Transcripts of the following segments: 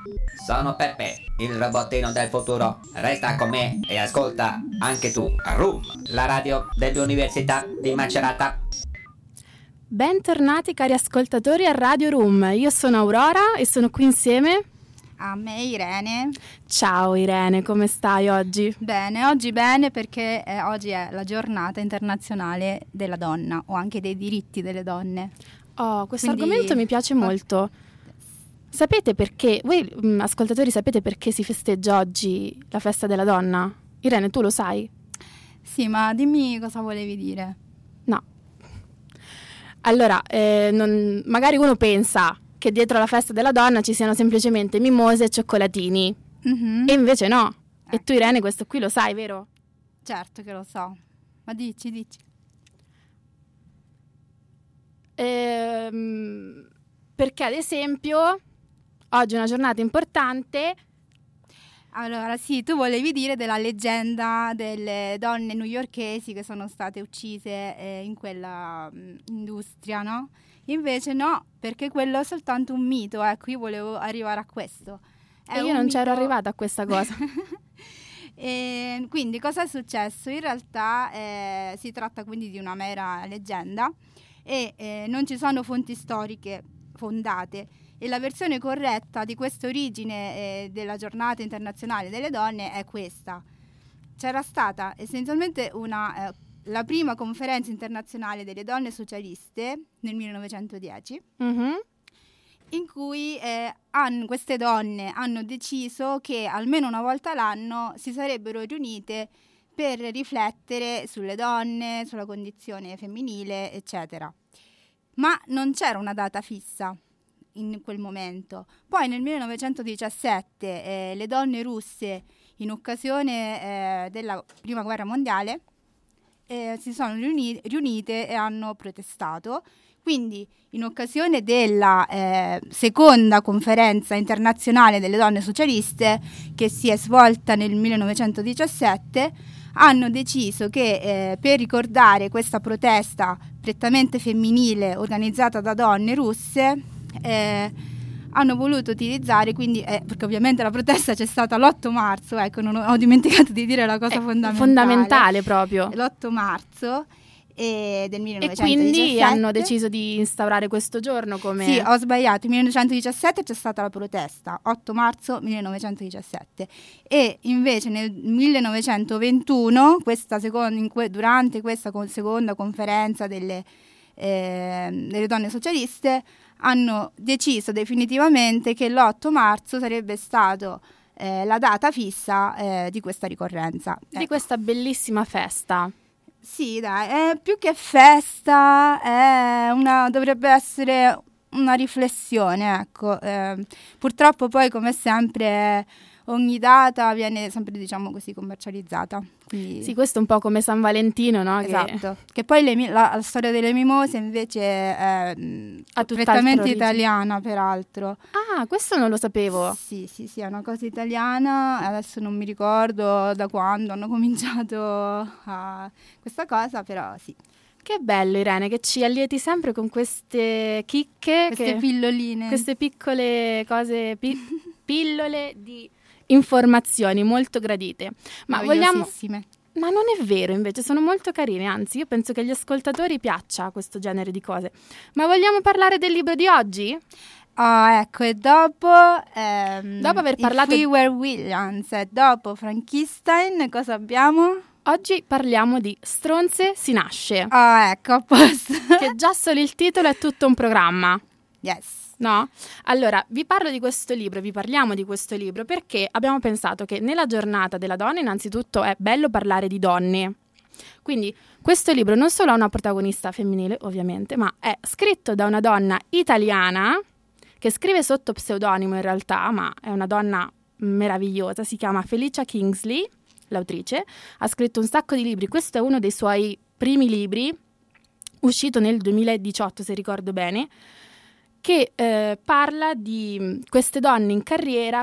Sono Peppe, il robottino del futuro. Resta con me e ascolta anche tu Room, la radio dell'Università di Macerata. Bentornati cari ascoltatori a Radio Room. Io sono Aurora e sono qui insieme a me Irene. Ciao Irene, come stai oggi? Bene, oggi bene perché oggi è la giornata internazionale della donna o anche dei diritti delle donne. Oh, questo argomento mi piace molto. Sapete perché, voi ascoltatori sapete perché si festeggia oggi la festa della donna? Irene, tu lo sai? Sì, ma dimmi cosa volevi dire. No. Allora, magari uno pensa che dietro la festa della donna ci siano semplicemente mimose e cioccolatini. E invece no. E tu Irene questo qui lo sai, vero? Certo che lo so. Ma dici. Perché ad esempio oggi è una giornata importante. Allora sì, tu volevi dire della leggenda delle donne newyorkesi che sono state uccise in quella industria, no? Invece no, perché quello è soltanto un mito, ecco, io volevo arrivare a questo. E io non c'ero arrivata a questa cosa. E quindi cosa è successo? In realtà si tratta quindi di una mera leggenda e non ci sono fonti storiche fondate. E la versione corretta di questa origine della giornata internazionale delle donne è questa. C'era stata essenzialmente la prima conferenza internazionale delle donne socialiste nel 1910, in cui queste donne hanno deciso che almeno una volta l'anno si sarebbero riunite per riflettere sulle donne, sulla condizione femminile, eccetera. Ma non c'era una data fissa in quel momento. Poi nel 1917 le donne russe, in occasione della Prima Guerra Mondiale, si sono riunite e hanno protestato. Quindi in occasione della seconda conferenza internazionale delle donne socialiste, che si è svolta nel 1917, hanno deciso che per ricordare questa protesta prettamente femminile organizzata da donne russe, hanno voluto utilizzare, quindi perché ovviamente la protesta c'è stata l'8 marzo, ecco, non ho dimenticato di dire la cosa fondamentale proprio. L'8 marzo del 1917. E quindi hanno deciso di instaurare questo giorno come... Sì, ho sbagliato, nel 1917 c'è stata la protesta, 8 marzo 1917. E invece nel 1921, durante questa seconda conferenza delle donne socialiste, hanno deciso definitivamente che l'8 marzo sarebbe stato la data fissa di questa ricorrenza. Di questa bellissima festa. Sì, dai, è più che festa, dovrebbe essere una riflessione, ecco. Purtroppo poi, come sempre, ogni data viene sempre, diciamo così, commercializzata. Quindi... Sì, questo è un po' come San Valentino, no? Esatto. Che poi la storia delle mimose invece è prettamente italiana, peraltro. Ah, questo non lo sapevo. Sì, è una cosa italiana. Adesso non mi ricordo da quando hanno cominciato a questa cosa, però sì. Che bello Irene, che ci allieti sempre con queste chicche. Queste pilloline. Queste piccole cose, pillole di... informazioni molto gradite. Ma non è vero, invece sono molto carine, anzi io penso che agli ascoltatori piaccia questo genere di cose. Ma vogliamo parlare del libro di oggi? Ecco, e dopo aver parlato If We Were Williams e dopo Frankenstein cosa abbiamo? Oggi parliamo di Stronze si nasce. Ecco, a posto. Che già solo il titolo è tutto un programma. Yes. No? Allora, vi parliamo di questo libro perché abbiamo pensato che nella giornata della donna innanzitutto è bello parlare di donne. Quindi questo libro non solo ha una protagonista femminile, ovviamente, ma è scritto da una donna italiana che scrive sotto pseudonimo in realtà, ma è una donna meravigliosa, si chiama Felicia Kingsley, l'autrice, ha scritto un sacco di libri, questo è uno dei suoi primi libri, uscito nel 2018 se ricordo bene, che parla di questa donna in carriera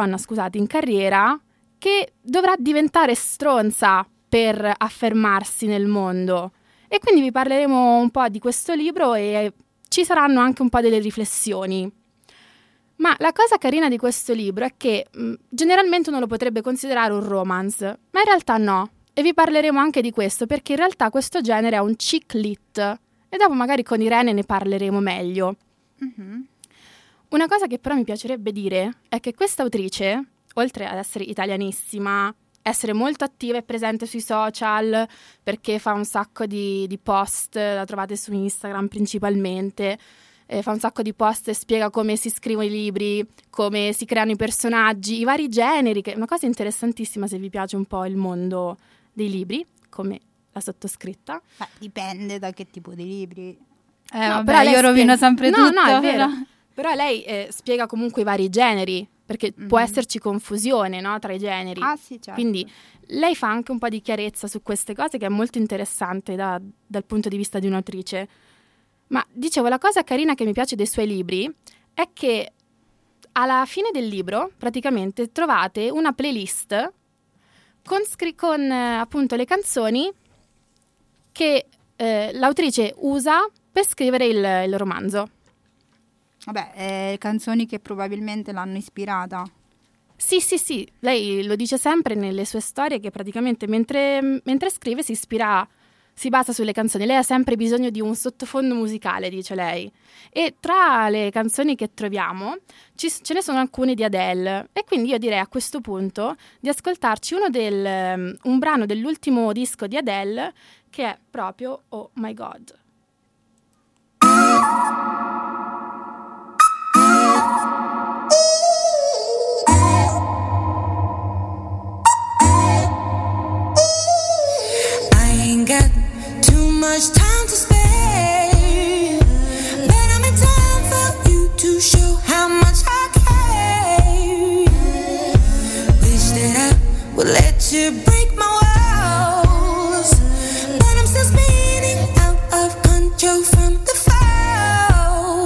che dovrà diventare stronza per affermarsi nel mondo. E quindi vi parleremo un po' di questo libro e ci saranno anche un po' delle riflessioni. Ma la cosa carina di questo libro è che generalmente uno lo potrebbe considerare un romance, ma in realtà no. E vi parleremo anche di questo, perché in realtà questo genere è un chick lit. E dopo magari con Irene ne parleremo meglio. Mhm. Una cosa che però mi piacerebbe dire è che questa autrice, oltre ad essere italianissima, essere molto attiva e presente sui social, perché fa un sacco di post, la trovate su Instagram principalmente, fa un sacco di post e spiega come si scrivono i libri, come si creano i personaggi, i vari generi, che è una cosa interessantissima se vi piace un po' il mondo dei libri, come la sottoscritta. Dipende da che tipo di libri. No, Vabbè, però lei io rovino spiega- sempre No, tutto. no, è vero. però. Però lei spiega comunque i vari generi, perché può esserci confusione, no, tra i generi. Ah sì, certo. Quindi lei fa anche un po' di chiarezza su queste cose, che è molto interessante dal punto di vista di un'autrice. Ma dicevo, la cosa carina che mi piace dei suoi libri è che alla fine del libro praticamente trovate una playlist con appunto le canzoni che l'autrice usa per scrivere il romanzo. Vabbè, canzoni che probabilmente l'hanno ispirata. Sì, lei lo dice sempre nelle sue storie che praticamente mentre scrive si basa sulle canzoni. Lei ha sempre bisogno di un sottofondo musicale, dice lei. E tra le canzoni che troviamo ce ne sono alcune di Adele. E quindi io direi a questo punto di ascoltarci un brano dell'ultimo disco di Adele, che è proprio Oh My God. Much time to spare, but I'm in time for you to show how much I care. Wish that I would let you break my walls, but I'm still spinning out of control from the fall.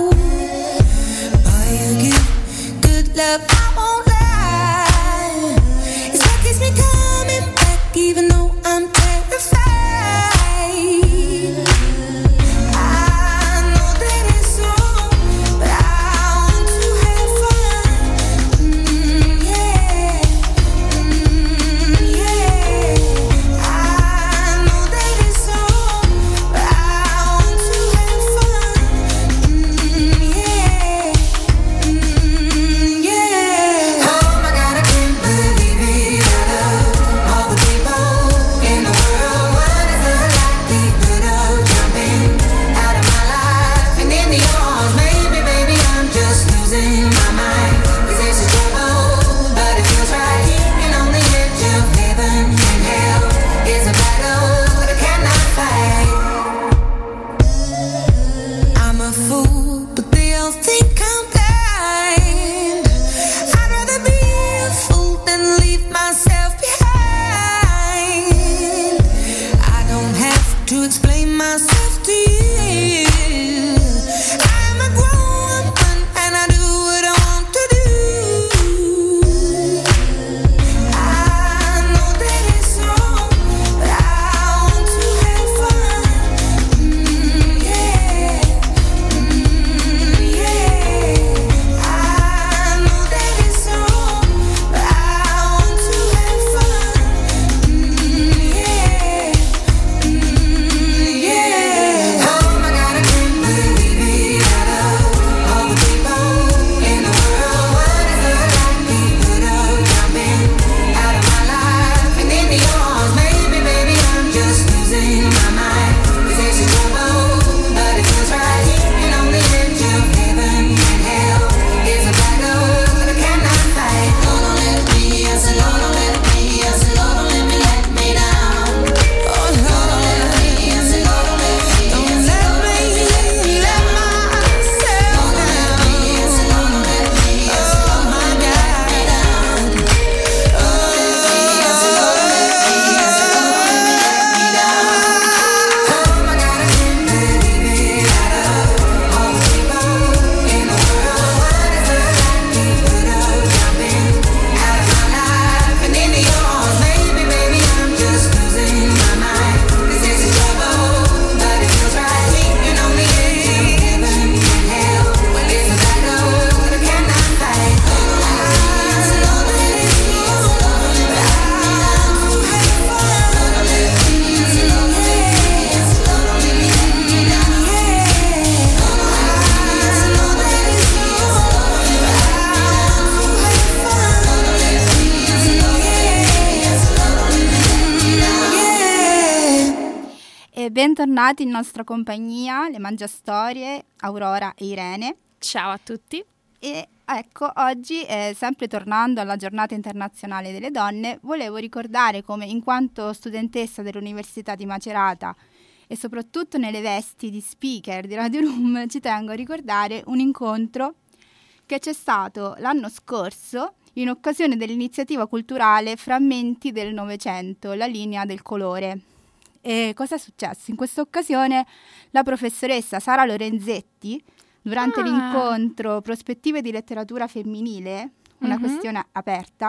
bentornati in nostra compagnia, le Mangiastorie, Aurora e Irene. Ciao a tutti. E ecco, oggi, sempre tornando alla Giornata Internazionale delle Donne, volevo ricordare come, in quanto studentessa dell'Università di Macerata e soprattutto nelle vesti di speaker di Radio Room, ci tengo a ricordare un incontro che c'è stato l'anno scorso in occasione dell'iniziativa culturale Frammenti del Novecento, la linea del colore. E cosa è successo? In questa occasione la professoressa Sara Lorenzetti, durante l'incontro Prospettive di letteratura femminile, una questione aperta,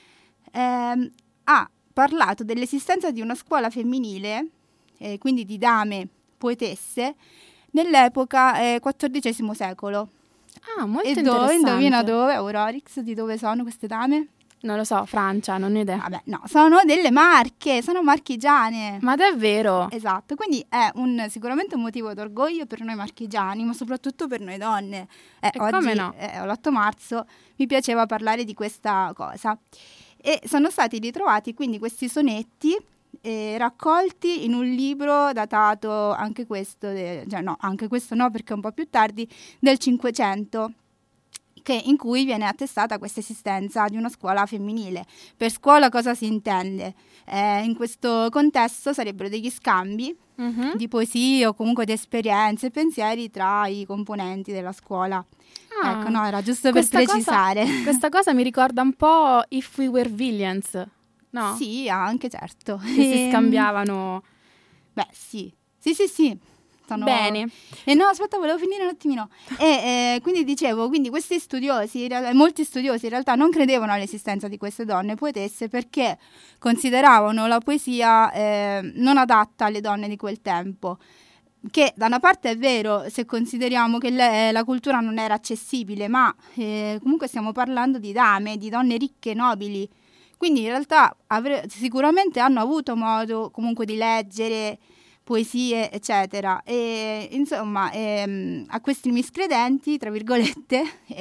ha parlato dell'esistenza di una scuola femminile, quindi di dame poetesse, nell'epoca XIV secolo. Molto E interessante. indovina dove, Aurorix, di dove sono queste dame? Non lo so, Francia, non ho idea. Vabbè, no, sono delle Marche, sono marchigiane. Ma davvero? Esatto, quindi è sicuramente un motivo d'orgoglio per noi marchigiani, ma soprattutto per noi donne. Oggi, come no? l'8 marzo, mi piaceva parlare di questa cosa. E sono stati ritrovati quindi questi sonetti raccolti in un libro datato, anche questo no, perché è un po' più tardi, del 500, in cui viene attestata questa esistenza di una scuola femminile. Per scuola cosa si intende? In questo contesto sarebbero degli scambi di poesie o comunque di esperienze e pensieri tra i componenti della scuola. Ecco, no, era giusto per precisare. Questa cosa mi ricorda un po' If We Were Villains, no? Sì, anche certo. Che si scambiavano. Beh, sì. Sì. Bene. No, aspetta, volevo finire un attimino. Quindi dicevo, questi studiosi, molti studiosi in realtà non credevano all'esistenza di queste donne poetesse perché consideravano la poesia non adatta alle donne di quel tempo. Che da una parte è vero, se consideriamo che la cultura non era accessibile, ma comunque stiamo parlando di dame, di donne ricche e nobili. Quindi in realtà sicuramente hanno avuto modo comunque di leggere poesie, eccetera. E insomma, a questi miscredenti, tra virgolette,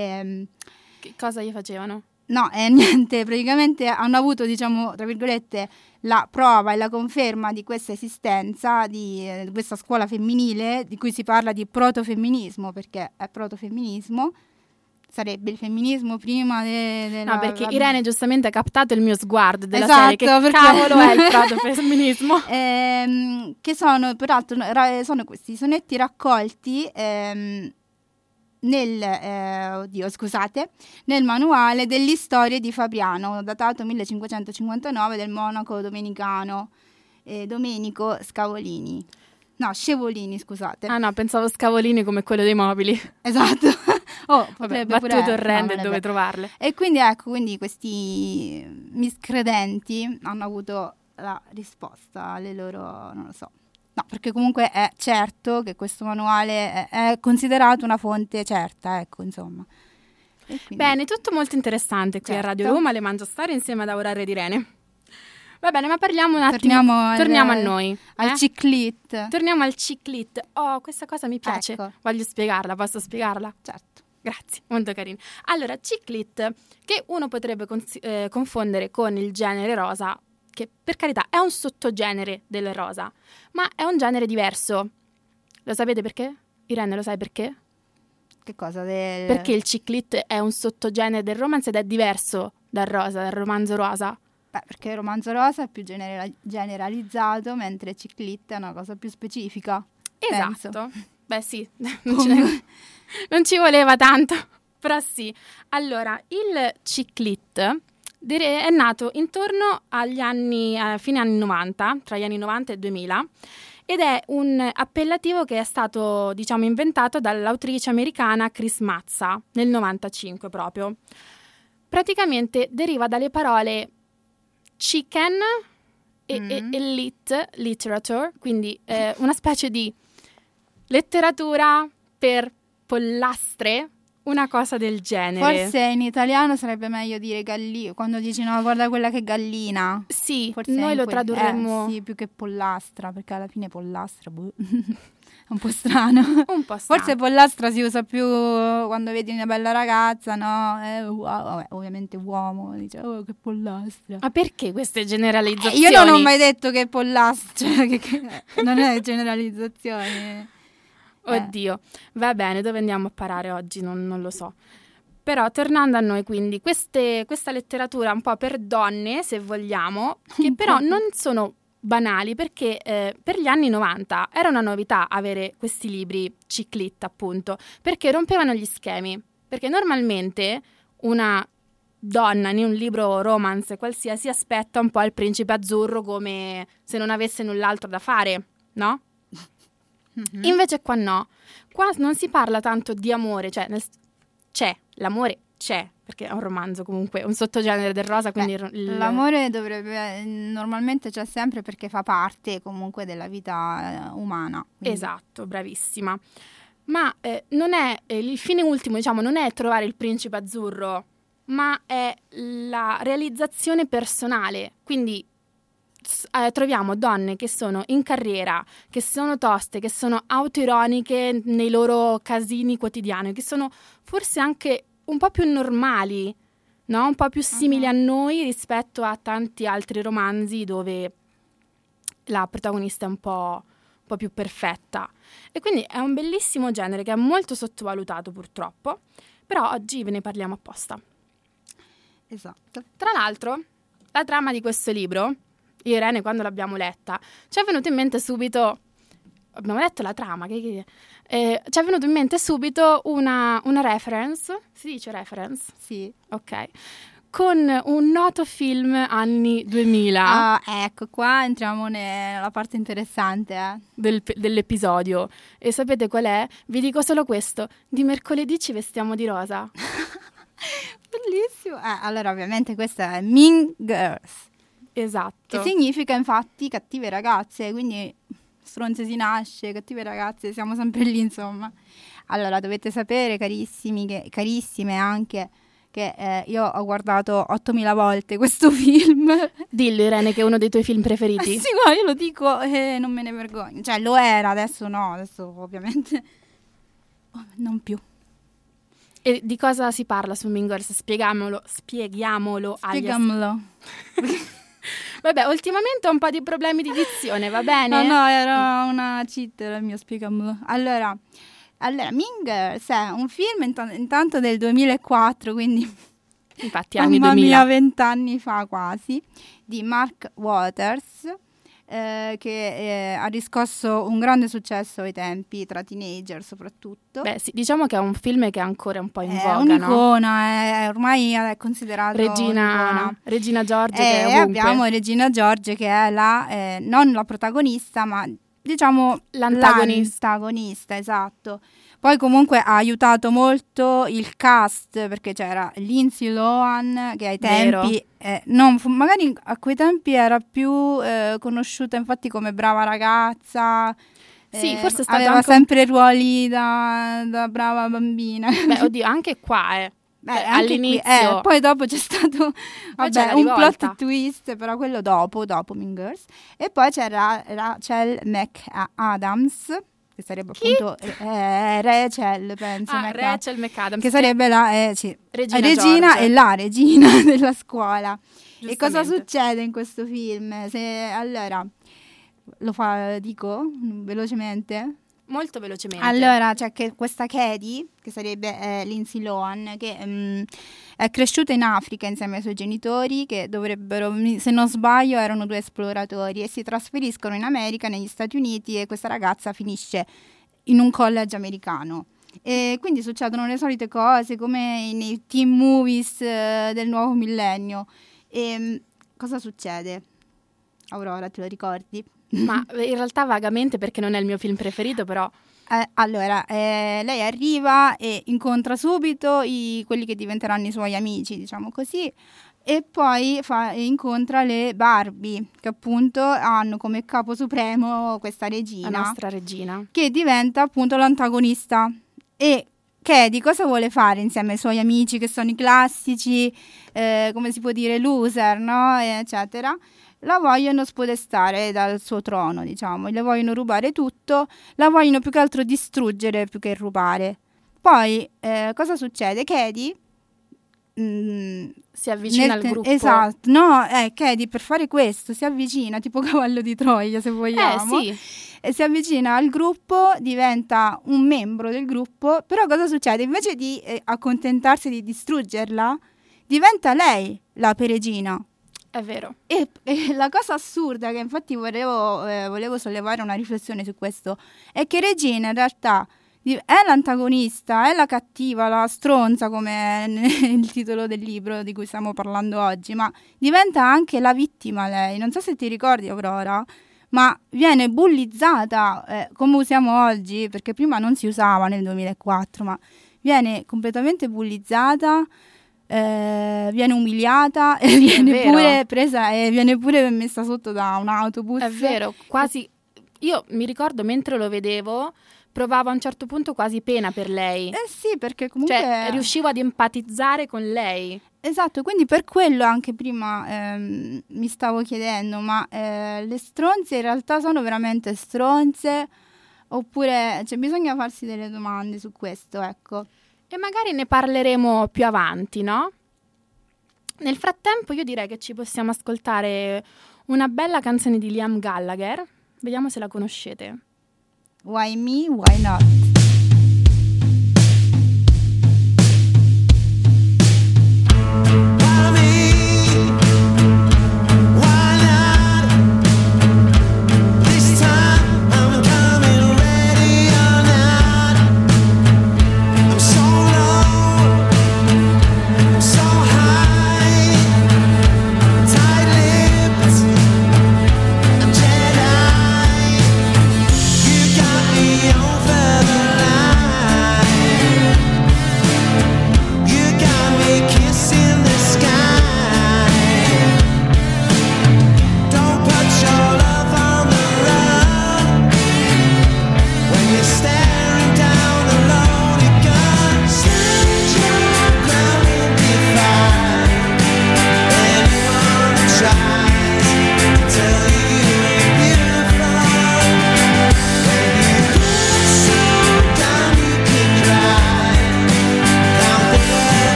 Che cosa gli facevano? no, niente, praticamente hanno avuto, diciamo, tra virgolette, la prova e la conferma di questa esistenza, di questa scuola femminile, di cui si parla di protofemminismo, perché è protofemminismo, sarebbe il femminismo prima No, perché Irene giustamente ha captato il mio sguardo della Esatto, serie. Che perché... cavolo è il protofemminismo? Che sono, peraltro, sono questi sonetti raccolti nel manuale dell'Istoria di Fabriano, datato 1559, del monaco domenicano Domenico Scavolini. No, Scevolini, scusate. Ah no, pensavo Scavolini come quello dei mobili. Esatto. Vabbè, battute orrende, dove trovarle. E quindi questi miscredenti hanno avuto la risposta alle loro, non lo so. No, perché comunque è certo che questo manuale è considerato una fonte certa, ecco, insomma. Bene, tutto molto interessante qui a Radio Roma, le Mangiastorie insieme ad Aurora ed Irene. Va bene, ma parliamo un attimo. Torniamo a noi. Al ciclit. Torniamo al ciclit. Oh, questa cosa mi piace. Ecco. Voglio spiegarla, posso spiegarla? Certo. Grazie, molto carino. Allora, ciclit, che uno potrebbe confondere con il genere rosa, che per carità è un sottogenere del rosa, ma è un genere diverso. Lo sapete perché? Irene, lo sai perché? Che cosa? Perché il ciclit è un sottogenere del romance ed è diverso dal rosa, dal romanzo rosa. Perché il romanzo rosa è più generalizzato, mentre ciclit è una cosa più specifica. Esatto. Penso. Beh sì, non ci voleva tanto, però sì. Allora, il ciclit è nato intorno agli fine anni 90, tra gli anni 90 e 2000, ed è un appellativo che è stato, diciamo, inventato dall'autrice americana Chris Mazza nel 95 proprio. Praticamente deriva dalle parole chicken e literature, quindi una specie di letteratura per pollastre, una cosa del genere. Forse in italiano sarebbe meglio dire gallina, quando dici no, guarda quella che è gallina. Sì, forse noi lo tradurremmo. sì, più che pollastra, perché alla fine pollastra Un po' strano. Un po' strano. Forse pollastra si usa più quando vedi una bella ragazza, no? Vabbè, ovviamente uomo, dice, oh, che pollastra. Ma perché queste generalizzazioni? Io non ho mai detto che pollastra, cioè che non è generalizzazione. Oddio, va bene, dove andiamo a parare oggi? Non lo so. Però tornando a noi, quindi, questa letteratura un po' per donne, se vogliamo, che però non sono banali, perché per gli anni 90 era una novità avere questi libri ciclit, appunto, perché rompevano gli schemi. Perché normalmente una donna in un libro romance qualsiasi aspetta un po' il principe azzurro come se non avesse null'altro da fare, no? Mhm. Invece qua no, qua non si parla tanto di amore, cioè c'è, l'amore c'è, perché è un romanzo comunque, un sottogenere del rosa, quindi L'amore normalmente c'è sempre perché fa parte comunque della vita umana. Quindi. Esatto, bravissima. Ma non è il fine ultimo, diciamo, non è trovare il principe azzurro, ma è la realizzazione personale, quindi troviamo donne che sono in carriera, che sono toste, che sono autoironiche nei loro casini quotidiani, che sono forse anche un po' più normali, no? Un po' più simili a noi rispetto a tanti altri romanzi dove la protagonista è un po' più perfetta. E quindi è un bellissimo genere che è molto sottovalutato purtroppo, però oggi ve ne parliamo apposta. Esatto. Tra l'altro, la trama di questo libro, io e Irene quando l'abbiamo letta, ci è venuto in mente subito, abbiamo letto la trama, ci è venuto in mente subito una reference, si dice reference? Sì. Ok, con un noto film anni 2000 Ah, ecco, qua entriamo nella parte interessante. dell'episodio. E sapete qual è? Vi dico solo questo, di mercoledì ci vestiamo di rosa. Bellissimo. Allora, ovviamente questa è Mean Girls, Esatto. che significa infatti cattive ragazze, quindi stronze si nasce, cattive ragazze, siamo sempre lì, insomma. Allora, dovete sapere, carissime anche, che io ho guardato 8000 volte questo film. Dillo Irene che è uno dei tuoi film preferiti. Sì, ma io lo dico e non me ne vergogno. Cioè, lo era, adesso no, adesso ovviamente non più. E di cosa si parla su Mean Girls? Spieghiamolo. Spiegamelo. Vabbè, ultimamente ho un po' di problemi di dizione, va bene? No, era una cheat, era il mio spiegamelo. Allora, Mean Girls è un film intanto del 2004, quindi Infatti anni mamma 2000. mia, 20 anni fa quasi, di Mark Waters, che ha riscosso un grande successo ai tempi tra teenager soprattutto. Beh, sì, diciamo che è un film che è ancora un po' in È voga, no? un'icona, ormai è considerato un'icona. Regina George che è E ovunque. abbiamo Regina George che è non la protagonista, ma diciamo l'antagonista, esatto. Poi comunque ha aiutato molto il cast, perché c'era Lindsay Lohan che ai tempi magari a quei tempi era più conosciuta infatti come brava ragazza. Sì, forse è stato aveva anche sempre ruoli da brava bambina. Beh, oddio, anche qua, Beh, Cioè, anche all'inizio qui, poi dopo c'è stato c'è la un rivolta. plot twist, però quello dopo Mean Girls. E poi c'era Rachel McAdams, che sarebbe appunto Rachel, penso. Rachel McAdams, che sarebbe la Regina regina George. e la regina della scuola. E cosa Giustamente. succede in questo film? Allora, dico velocemente. Molto velocemente. Allora, c'è questa Katie, che sarebbe Lindsay Lohan, che è cresciuta in Africa insieme ai suoi genitori, che dovrebbero, se non sbaglio, erano 2 esploratori, e si trasferiscono in America, negli Stati Uniti, e questa ragazza finisce in un college americano. E quindi succedono le solite cose, come nei teen movies del nuovo millennio. E cosa succede? Aurora, te lo ricordi? Ma in realtà vagamente, perché non è il mio film preferito, però Allora, lei arriva e incontra subito quelli che diventeranno i suoi amici, diciamo così, e poi incontra le Barbie, che appunto hanno come capo supremo questa regina, la nostra regina. che diventa appunto l'antagonista. E che di cosa vuole fare insieme ai suoi amici, che sono i classici, come si può dire, loser, no? Eccetera. la vogliono spodestare dal suo trono, diciamo, le vogliono rubare tutto, la vogliono più che altro distruggere più che rubare. Poi cosa succede? Katie si avvicina al gruppo. Esatto, no, Katie per fare questo si avvicina, tipo cavallo di Troia se vogliamo, sì. e si avvicina al gruppo, diventa un membro del gruppo, però cosa succede? Invece di accontentarsi di distruggerla, diventa lei la peregina. È vero. E la cosa assurda, che infatti volevo sollevare una riflessione su questo, è che Regina in realtà è l'antagonista, è la cattiva, la stronza, come è il titolo del libro di cui stiamo parlando oggi, ma diventa anche la vittima lei. Non so se ti ricordi, Aurora, ma viene bullizzata come usiamo oggi, perché prima non si usava nel 2004, ma viene completamente bullizzata, viene umiliata e viene pure presa e viene pure messa sotto da un autobus. È vero, quasi. Io mi ricordo mentre lo vedevo, provavo a un certo punto quasi pena per lei. Sì, perché comunque riuscivo ad empatizzare con lei. Esatto, quindi per quello anche prima mi stavo chiedendo, ma le stronze in realtà sono veramente stronze? Oppure bisogna farsi delle domande su questo, ecco. E magari ne parleremo più avanti, no? Nel frattempo io direi che ci possiamo ascoltare una bella canzone di Liam Gallagher. Vediamo se la conoscete. Why me, why not? Further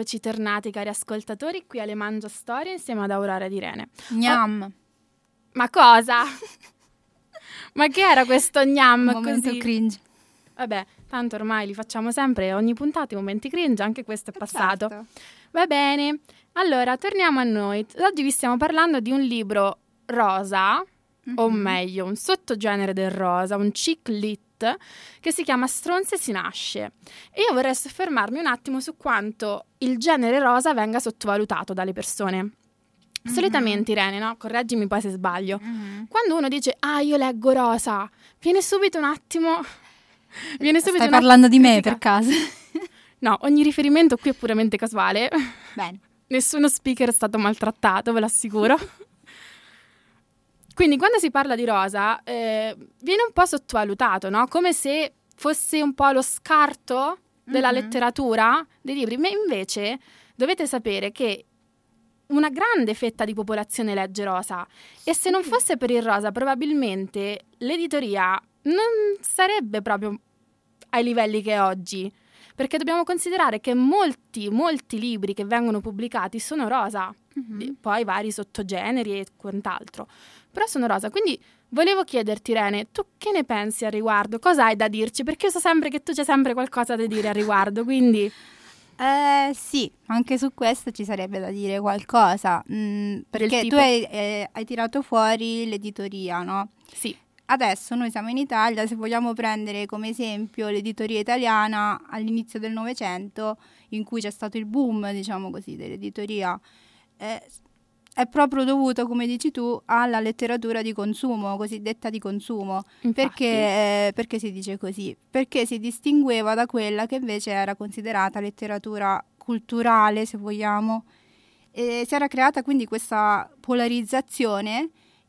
Eccoci tornati, cari ascoltatori, qui alle Mangia Storie insieme ad Aurora ed Irene. Gnam. Ma cosa? Ma che era questo gnam Un momento così? cringe. Vabbè, tanto ormai li facciamo sempre, ogni puntata i momenti cringe, anche questo è passato. Certo. Va bene, allora torniamo a noi. Oggi vi stiamo parlando di un libro rosa, o meglio, un sottogenere del rosa, un chick lit, che si chiama Stronze si nasce. E io vorrei soffermarmi un attimo su quanto il genere rosa venga sottovalutato dalle persone. Solitamente, Irene, no? Correggimi poi se sbaglio. Quando uno dice, io leggo rosa, viene subito un attimo... Stai parlando di me, critica. per caso? No, ogni riferimento qui è puramente casuale. Bene. Nessuno speaker è stato maltrattato, ve l'assicuro. Quindi quando si parla di rosa viene un po' sottovalutato, no? Come se fosse un po' lo scarto della letteratura, dei libri. Ma invece dovete sapere che una grande fetta di popolazione legge rosa. E se non fosse per il rosa, probabilmente l'editoria non sarebbe proprio ai livelli che è oggi. Perché dobbiamo considerare che molti libri che vengono pubblicati sono rosa. Poi vari sottogeneri e quant'altro. Però sono rosa, quindi volevo chiederti, Irene, tu che ne pensi al riguardo? Cosa hai da dirci? Perché io so sempre che tu c'hai sempre qualcosa da dire al riguardo, quindi... Sì, anche su questo ci sarebbe da dire qualcosa, perché tipo? tu hai tirato fuori l'editoria, no? Sì. Adesso noi siamo in Italia, se vogliamo prendere come esempio l'editoria italiana all'inizio del Novecento, in cui c'è stato il boom, diciamo così, dell'editoria, è proprio dovuto, come dici tu, alla letteratura di consumo, cosiddetta di consumo. Infatti. Perché si dice così? Perché si distingueva da quella che invece era considerata letteratura culturale, se vogliamo. E si era creata quindi questa polarizzazione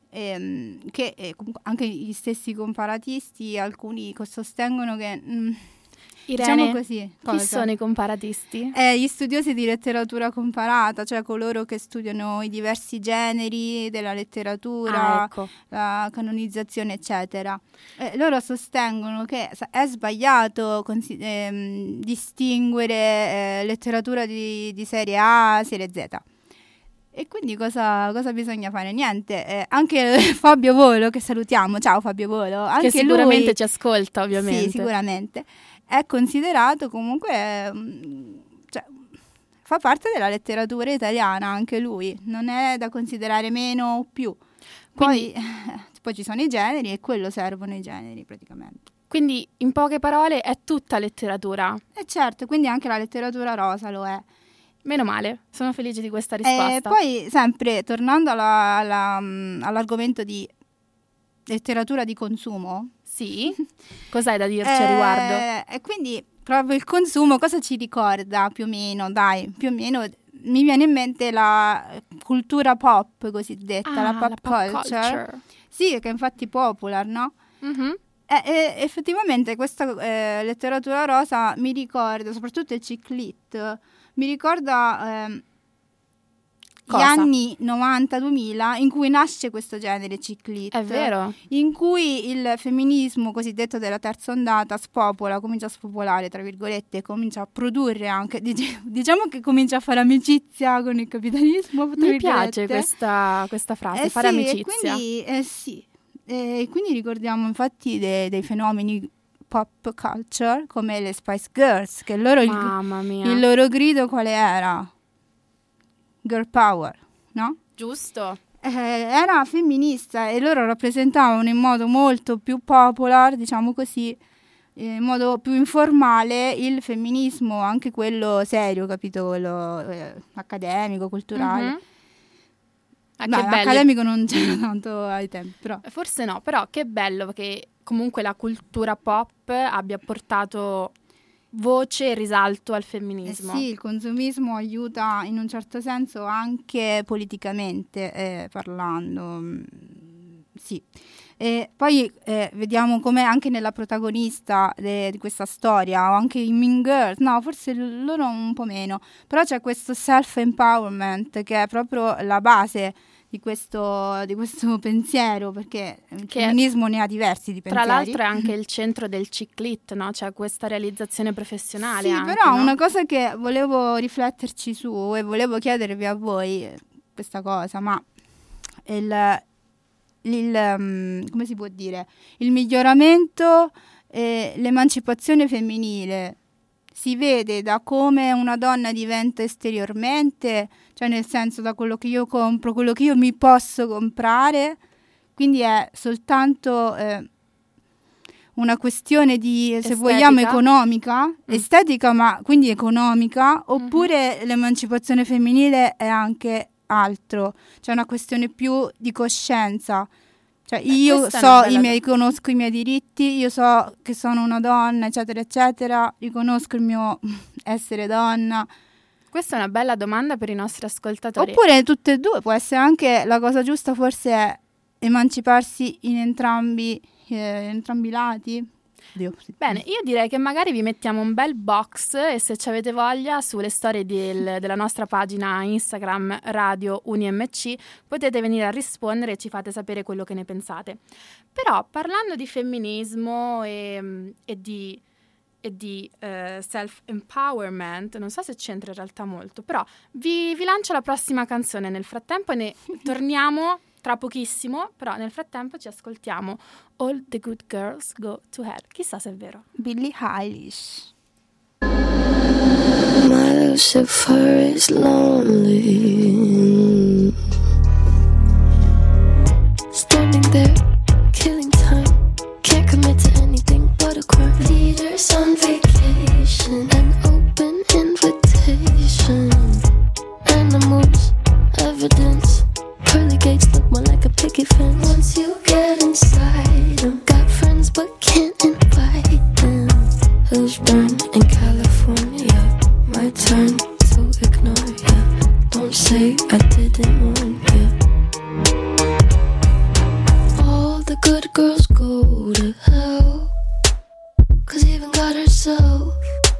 che anche gli stessi comparatisti, alcuni sostengono che... Irene, diciamo così, chi cosa? sono i comparatisti? Gli studiosi di letteratura comparata, cioè coloro che studiano i diversi generi della letteratura, Ecco. la canonizzazione, eccetera. Loro sostengono che è sbagliato distinguere letteratura di serie A, serie Z. E quindi cosa bisogna fare? Niente, anche Fabio Volo, che salutiamo, ciao Fabio Volo, anche Che sicuramente lui, ci ascolta, ovviamente. sì, sicuramente, è considerato comunque, cioè, fa parte della letteratura italiana anche lui, non è da considerare meno o più. Poi ci sono i generi e quello servono i generi praticamente. Quindi, in poche parole, è tutta letteratura. E certo, quindi anche la letteratura rosa lo è. Meno male, sono felice di questa risposta. Poi, sempre, tornando all'argomento di letteratura di consumo. Sì? Cos'hai da dirci a riguardo? E quindi, proprio il consumo, cosa ci ricorda più o meno? Dai, più o meno mi viene in mente la cultura pop cosiddetta, la pop culture. Sì, che è infatti popular, no? Mhm. Effettivamente questa letteratura rosa mi ricorda, soprattutto il chick lit, mi ricorda gli Cosa? anni 90-2000 in cui nasce questo genere chick lit. È vero. In cui il femminismo cosiddetto della terza ondata comincia a spopolare, tra virgolette, comincia a produrre anche, diciamo che comincia a fare amicizia con il capitalismo, tra Mi piace virgolette. questa frase, fare Sì, amicizia. E quindi ricordiamo infatti dei fenomeni pop culture come le Spice Girls, che Mamma mia. il loro grido quale era? Girl power, no? Giusto. Era femminista e loro rappresentavano in modo molto più popular, diciamo così, in modo più informale il femminismo, anche quello serio, capito? Quello accademico, culturale. Mhm. Ah, Beh, che bello. accademico non c'era tanto ai tempi, però. Forse no, però che bello che comunque la cultura pop abbia portato voce e risalto al femminismo. Sì, il consumismo aiuta in un certo senso anche politicamente parlando. Sì. E poi vediamo come anche nella protagonista di questa storia, o anche in Mean Girls, no, forse loro un po' meno, però c'è questo self-empowerment che è proprio la base di questo pensiero, perché il Che femminismo ne ha diversi di pensieri. Tra l'altro è anche il centro del ciclit, no? Cioè questa realizzazione professionale. Sì, anche, però no? una cosa che volevo rifletterci su e volevo chiedervi a voi questa cosa, ma come si può dire? Il miglioramento e l'emancipazione femminile si vede da come una donna diventa esteriormente, cioè nel senso da quello che io compro, quello che io mi posso comprare, quindi è soltanto una questione di, se Estetica. vogliamo, economica, estetica, ma quindi economica, oppure l'emancipazione femminile è anche altro, cioè una questione più di coscienza. Cioè io questa è una so bella conosco i miei diritti, io so che sono una donna, eccetera, eccetera, riconosco il mio essere donna. Questa è una bella domanda per i nostri ascoltatori. Oppure tutte e due, può essere anche la cosa giusta, forse è emanciparsi in entrambi i lati. Dio, sì. Bene, io direi che magari vi mettiamo un bel box e se ci avete voglia sulle storie della nostra pagina Instagram Radio UniMC potete venire a rispondere e ci fate sapere quello che ne pensate. Però parlando di femminismo e di self-empowerment, non so se c'entra in realtà molto, però vi lancio la prossima canzone, nel frattempo ne torniamo tra pochissimo, però nel frattempo ci ascoltiamo All the Good Girls Go to Hell. Chissà se è vero. Billie Eilish. My Lucifer is lonely, standing there, killing time, can't commit to anything but a crime. Leaders on vacation, an open invitation, animals, evidence, pearly gates look more like a picket fence. Once you get inside them, got friends but can't invite them. Hills burn in California, my turn to ignore ya. Don't say I didn't warn ya. All the good girls go to hell, 'cause even God herself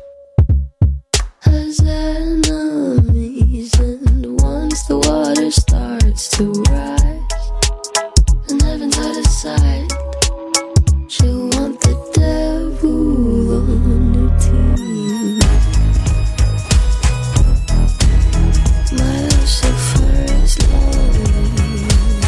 has enemies. And once the water starts to rise and heaven's out of sight, she'll want the devil on her team. My Lucifer is lonely.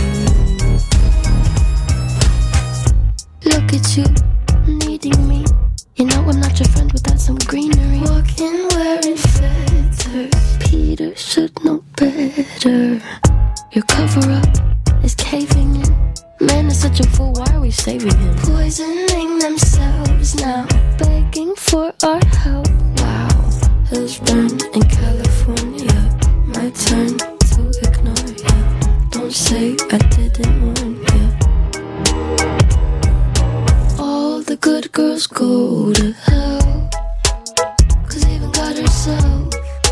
Look at you, needing me. You know I'm not your friend without some greenery. Walking wearing feathers, Peter should know better. Your cover-up is caving in. Man is such a fool, why are we saving him? Poisoning themselves now, begging for our help. Wow, hills burn in California, my turn to ignore ya. Don't say I didn't warn ya. All the good girls go to hell, 'cause even God herself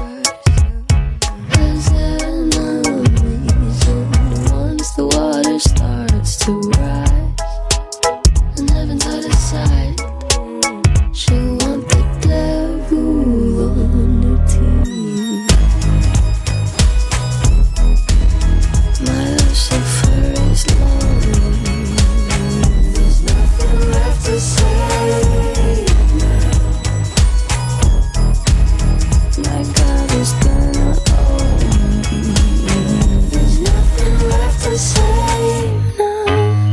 has enemies. And once the water starts to rise and heaven's out of sight, she'll want the devil on her team. My Lucifer is lonely. There's nothing left to say now. My God is gonna own me. There's nothing left to say now.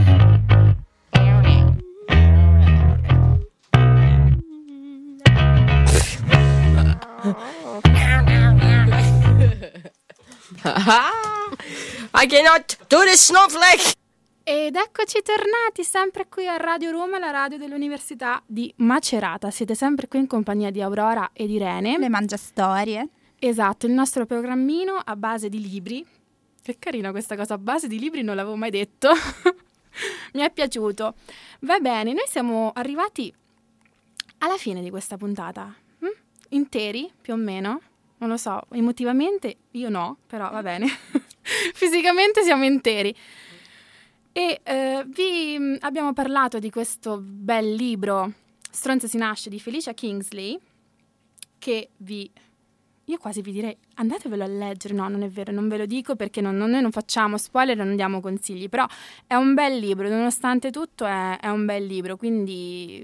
I cannot do this snowflake! Ed eccoci tornati sempre qui a Radio Roma, la radio dell'Università di Macerata. Siete sempre qui in compagnia di Aurora ed Irene. Le mangiastorie. Esatto, il nostro programmino a base di libri. Che carina questa cosa, a base di libri, non l'avevo mai detto. Mi è piaciuto. Va bene, noi siamo arrivati alla fine di questa puntata. Interi, più o meno. Non lo so, emotivamente io no, però va bene. Fisicamente siamo interi. E vi abbiamo parlato di questo bel libro Stronza si nasce di Felicia Kingsley, che vi io quasi vi direi andatevelo a leggere. No, non è vero, non ve lo dico perché noi non facciamo spoiler, non diamo consigli, però è un bel libro, nonostante tutto è un bel libro, quindi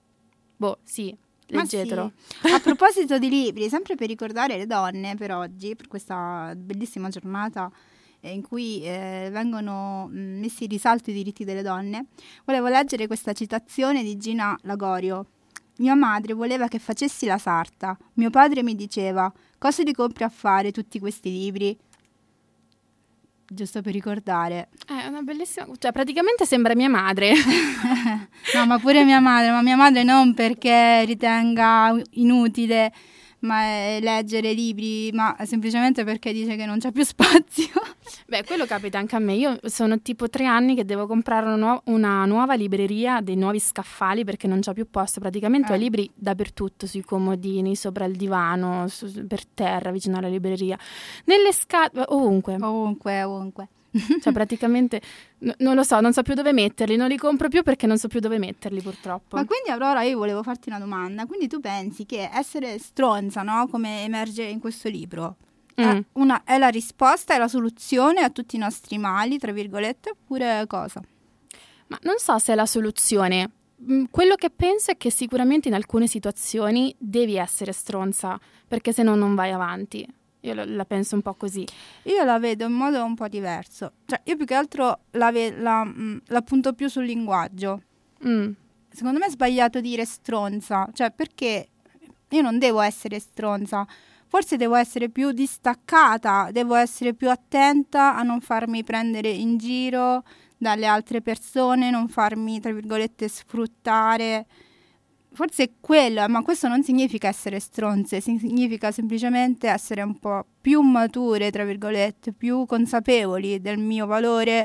sì, leggetelo. Sì. A proposito di libri, sempre per ricordare le donne per oggi, per questa bellissima giornata in cui vengono messi in risalto i diritti delle donne, volevo leggere questa citazione di Gina Lagorio. Mia madre voleva che facessi la sarta. Mio padre mi diceva: cosa li compri a fare tutti questi libri? Giusto per ricordare. È una bellissima... Cioè, praticamente sembra mia madre. No, ma pure mia madre non perché ritenga inutile leggere libri, ma semplicemente perché dice che non c'è più spazio. Beh, quello capita anche a me. Io sono tipo 3 anni che devo comprare una nuova libreria, dei nuovi scaffali, perché non c'è più posto. Praticamente ho libri dappertutto, sui comodini, sopra il divano, per terra, vicino alla libreria, nelle scatole, ovunque. Ovunque. Cioè praticamente non lo so, non so più dove metterli, non li compro più perché non so più dove metterli, purtroppo. Ma quindi Aurora, io volevo farti una domanda. Quindi tu pensi che essere stronza, no, come emerge in questo libro, è la risposta, è la soluzione a tutti i nostri mali, tra virgolette, oppure cosa? Ma non so se è la soluzione. Quello che penso è che sicuramente in alcune situazioni devi essere stronza, perché se no non vai avanti. Io la penso un po' così. Io la vedo in modo un po' diverso. Cioè, io più che altro la punto più sul linguaggio. Secondo me è sbagliato dire stronza. Cioè, perché io non devo essere stronza. Forse devo essere più distaccata, devo essere più attenta a non farmi prendere in giro dalle altre persone, non farmi, tra virgolette, sfruttare. Forse è quello, ma questo non significa essere stronze, significa semplicemente essere un po' più mature, tra virgolette, più consapevoli del mio valore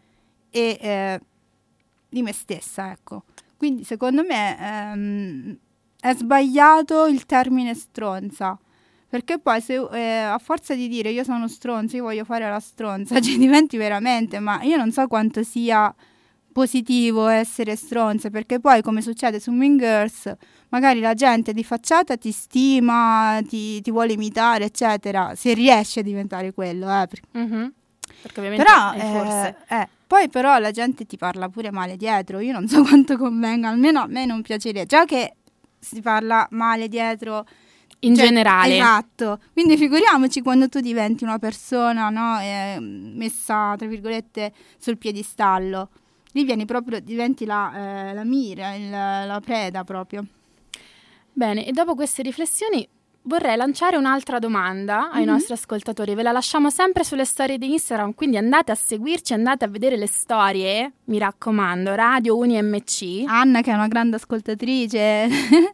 e di me stessa, ecco. Quindi secondo me è sbagliato il termine stronza, perché poi se a forza di dire io sono stronza, io voglio fare la stronza, ci diventi veramente, ma io non so quanto sia positivo essere stronze, perché poi, come succede su Mean Girls, magari la gente di facciata ti stima, ti vuole imitare, eccetera, se riesce a diventare quello, Perché ovviamente però forse poi però la gente ti parla pure male dietro. Io non so quanto convenga, almeno a me non piacerebbe, già che si parla male dietro in generale. Esatto, quindi figuriamoci quando tu diventi una persona, no, messa, tra virgolette, sul piedistallo. Lì diventi la mira, la preda proprio. Bene, e dopo queste riflessioni vorrei lanciare un'altra domanda ai nostri ascoltatori. Ve la lasciamo sempre sulle storie di Instagram, quindi andate a seguirci, andate a vedere le storie, mi raccomando, Radio Uni MC. Anna, che è una grande ascoltatrice,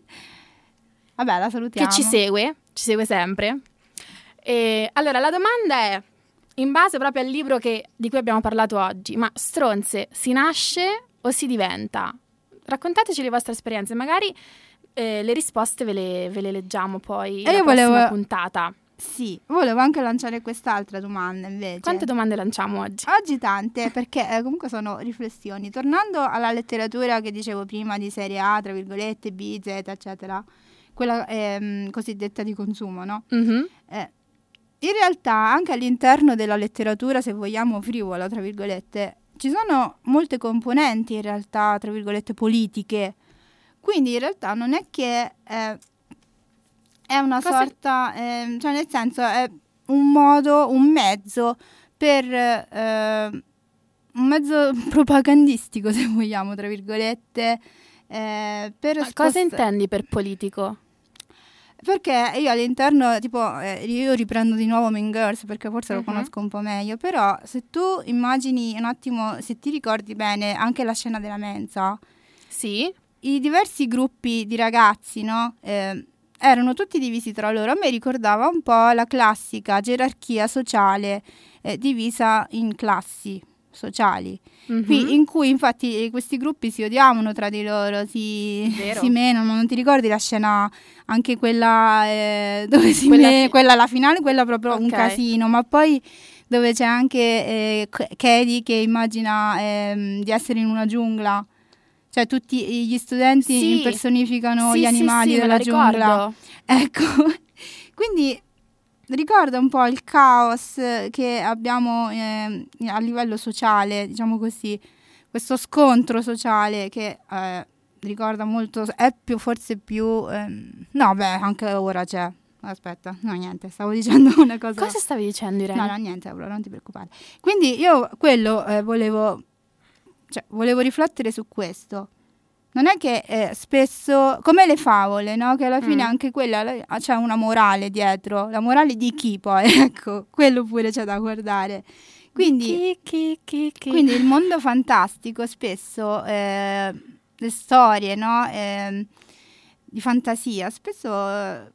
vabbè, la salutiamo. Che ci segue sempre. E allora la domanda è, in base proprio al libro di cui abbiamo parlato oggi, ma stronze si nasce o si diventa? Raccontateci le vostre esperienze, magari le risposte ve le leggiamo poi la prossima puntata. Sì, volevo anche lanciare quest'altra domanda invece. Quante domande lanciamo oggi? Oggi tante, perché comunque sono riflessioni. Tornando alla letteratura che dicevo prima di serie A, tra virgolette, B, Z, eccetera, quella cosiddetta di consumo, no? In realtà anche all'interno della letteratura, se vogliamo frivola, tra virgolette, ci sono molte componenti in realtà, tra virgolette, politiche. Quindi in realtà non è che è una sorta, cioè nel senso è un modo, un mezzo per un mezzo propagandistico, se vogliamo, tra virgolette. Cosa intendi per politico? Perché io all'interno, tipo, io riprendo di nuovo Mean Girls perché forse lo conosco un po' meglio, però se tu immagini un attimo, se ti ricordi bene, anche la scena della mensa. Sì. I diversi gruppi di ragazzi, no? Erano tutti divisi tra loro. A me ricordava un po' la classica gerarchia sociale divisa in classi sociali, in cui infatti questi gruppi si odiavano tra di loro, si menano. Non ti ricordi la scena, anche quella dove quella alla finale, quella proprio un casino, ma poi dove c'è anche Katie che immagina di essere in una giungla, cioè tutti gli studenti impersonificano gli animali della giungla. Ecco, quindi ricorda un po' il caos che abbiamo a livello sociale, diciamo così, questo scontro sociale che ricorda molto, è più forse più, no beh anche ora c'è, aspetta, no niente, stavo dicendo una cosa. Cosa stavi dicendo, Irene? No, niente, Aurora, non ti preoccupare. Quindi io quello volevo riflettere su questo. Non è che spesso, come le favole, no? Che alla fine anche quella c'è una morale dietro. La morale di chi poi? Ecco, quello pure c'è da guardare. Quindi, quindi il mondo fantastico spesso, le storie, no? Di fantasia, spesso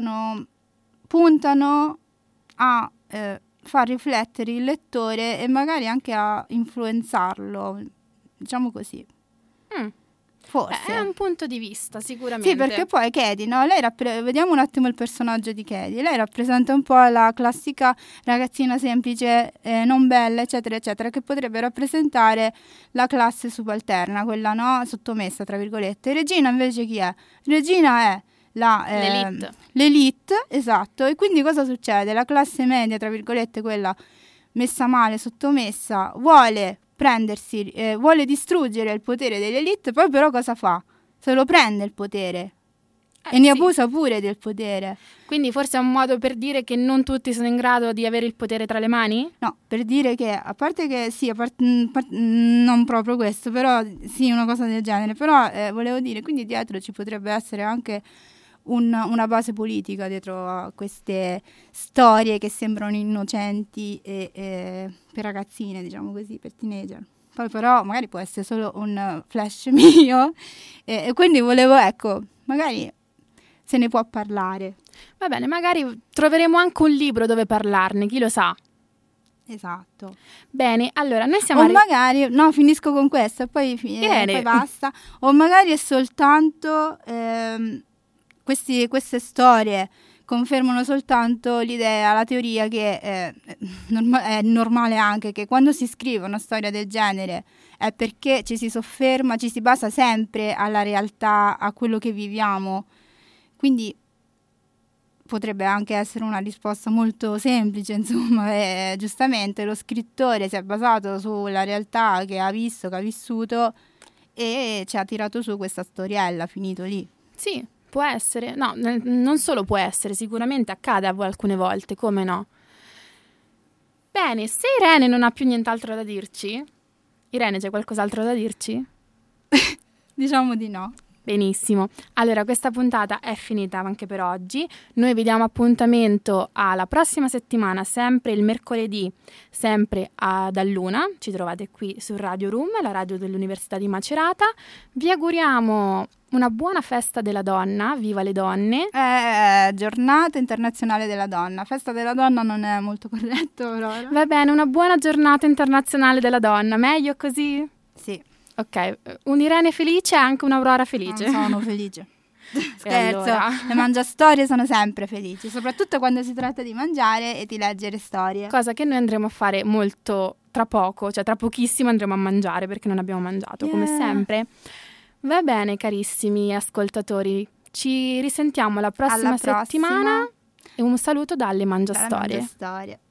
puntano a far riflettere il lettore e magari anche a influenzarlo, diciamo così. Forse. È un punto di vista, sicuramente. Sì, perché poi Katie, no? Lei vediamo un attimo il personaggio di Katie. Lei rappresenta un po' la classica ragazzina semplice, non bella, eccetera, eccetera, che potrebbe rappresentare la classe subalterna, quella, no? Sottomessa, tra virgolette. Regina invece chi è? Regina è l'elite. L'elite, esatto. E quindi cosa succede? La classe media, tra virgolette, quella messa male, sottomessa, vuole distruggere il potere dell'elite, poi però cosa fa? Se lo prende il potere e ne abusa pure del potere. Quindi forse è un modo per dire che non tutti sono in grado di avere il potere tra le mani? No, per dire che, a parte che sì, non proprio questo, però sì, una cosa del genere, però volevo dire, quindi dietro ci potrebbe essere anche una base politica dietro a queste storie che sembrano innocenti e per ragazzine, diciamo così, per teenager. Poi però magari può essere solo un flash mio e quindi volevo, ecco, magari se ne può parlare. Va bene, magari troveremo anche un libro dove parlarne, chi lo sa. Esatto. Bene, allora noi siamo magari, no, finisco con questo e poi basta. O magari è soltanto queste storie confermano soltanto l'idea, la teoria che è normale anche che quando si scrive una storia del genere è perché ci si sofferma, ci si basa sempre alla realtà, a quello che viviamo. Quindi potrebbe anche essere una risposta molto semplice, insomma, giustamente lo scrittore si è basato sulla realtà che ha visto, che ha vissuto e ci ha tirato su questa storiella, finito lì. Sì. Può essere, no, non solo può essere, sicuramente accade alcune volte, come no? Bene, se Irene non ha più nient'altro da dirci, Irene, c'è qualcos'altro da dirci? Diciamo di no. Benissimo, allora questa puntata è finita anche per oggi, noi vi diamo appuntamento alla prossima settimana, sempre il mercoledì, sempre dall'1, ci trovate qui su Radio Room, la radio dell'Università di Macerata, vi auguriamo una buona festa della donna, viva le donne. Giornata internazionale della donna, festa della donna non è molto corretto però. Va bene, una buona giornata internazionale della donna, meglio così? Sì. Ok, un'Irene felice e anche un'Aurora felice. Sono felice. Scherzo, allora? Le mangiastorie sono sempre felici, soprattutto quando si tratta di mangiare e di leggere storie. Cosa che noi andremo a fare molto tra poco, cioè tra pochissimo andremo a mangiare perché non abbiamo mangiato, come sempre. Va bene, carissimi ascoltatori, ci risentiamo la prossima settimana e un saluto dalle Mangiastorie.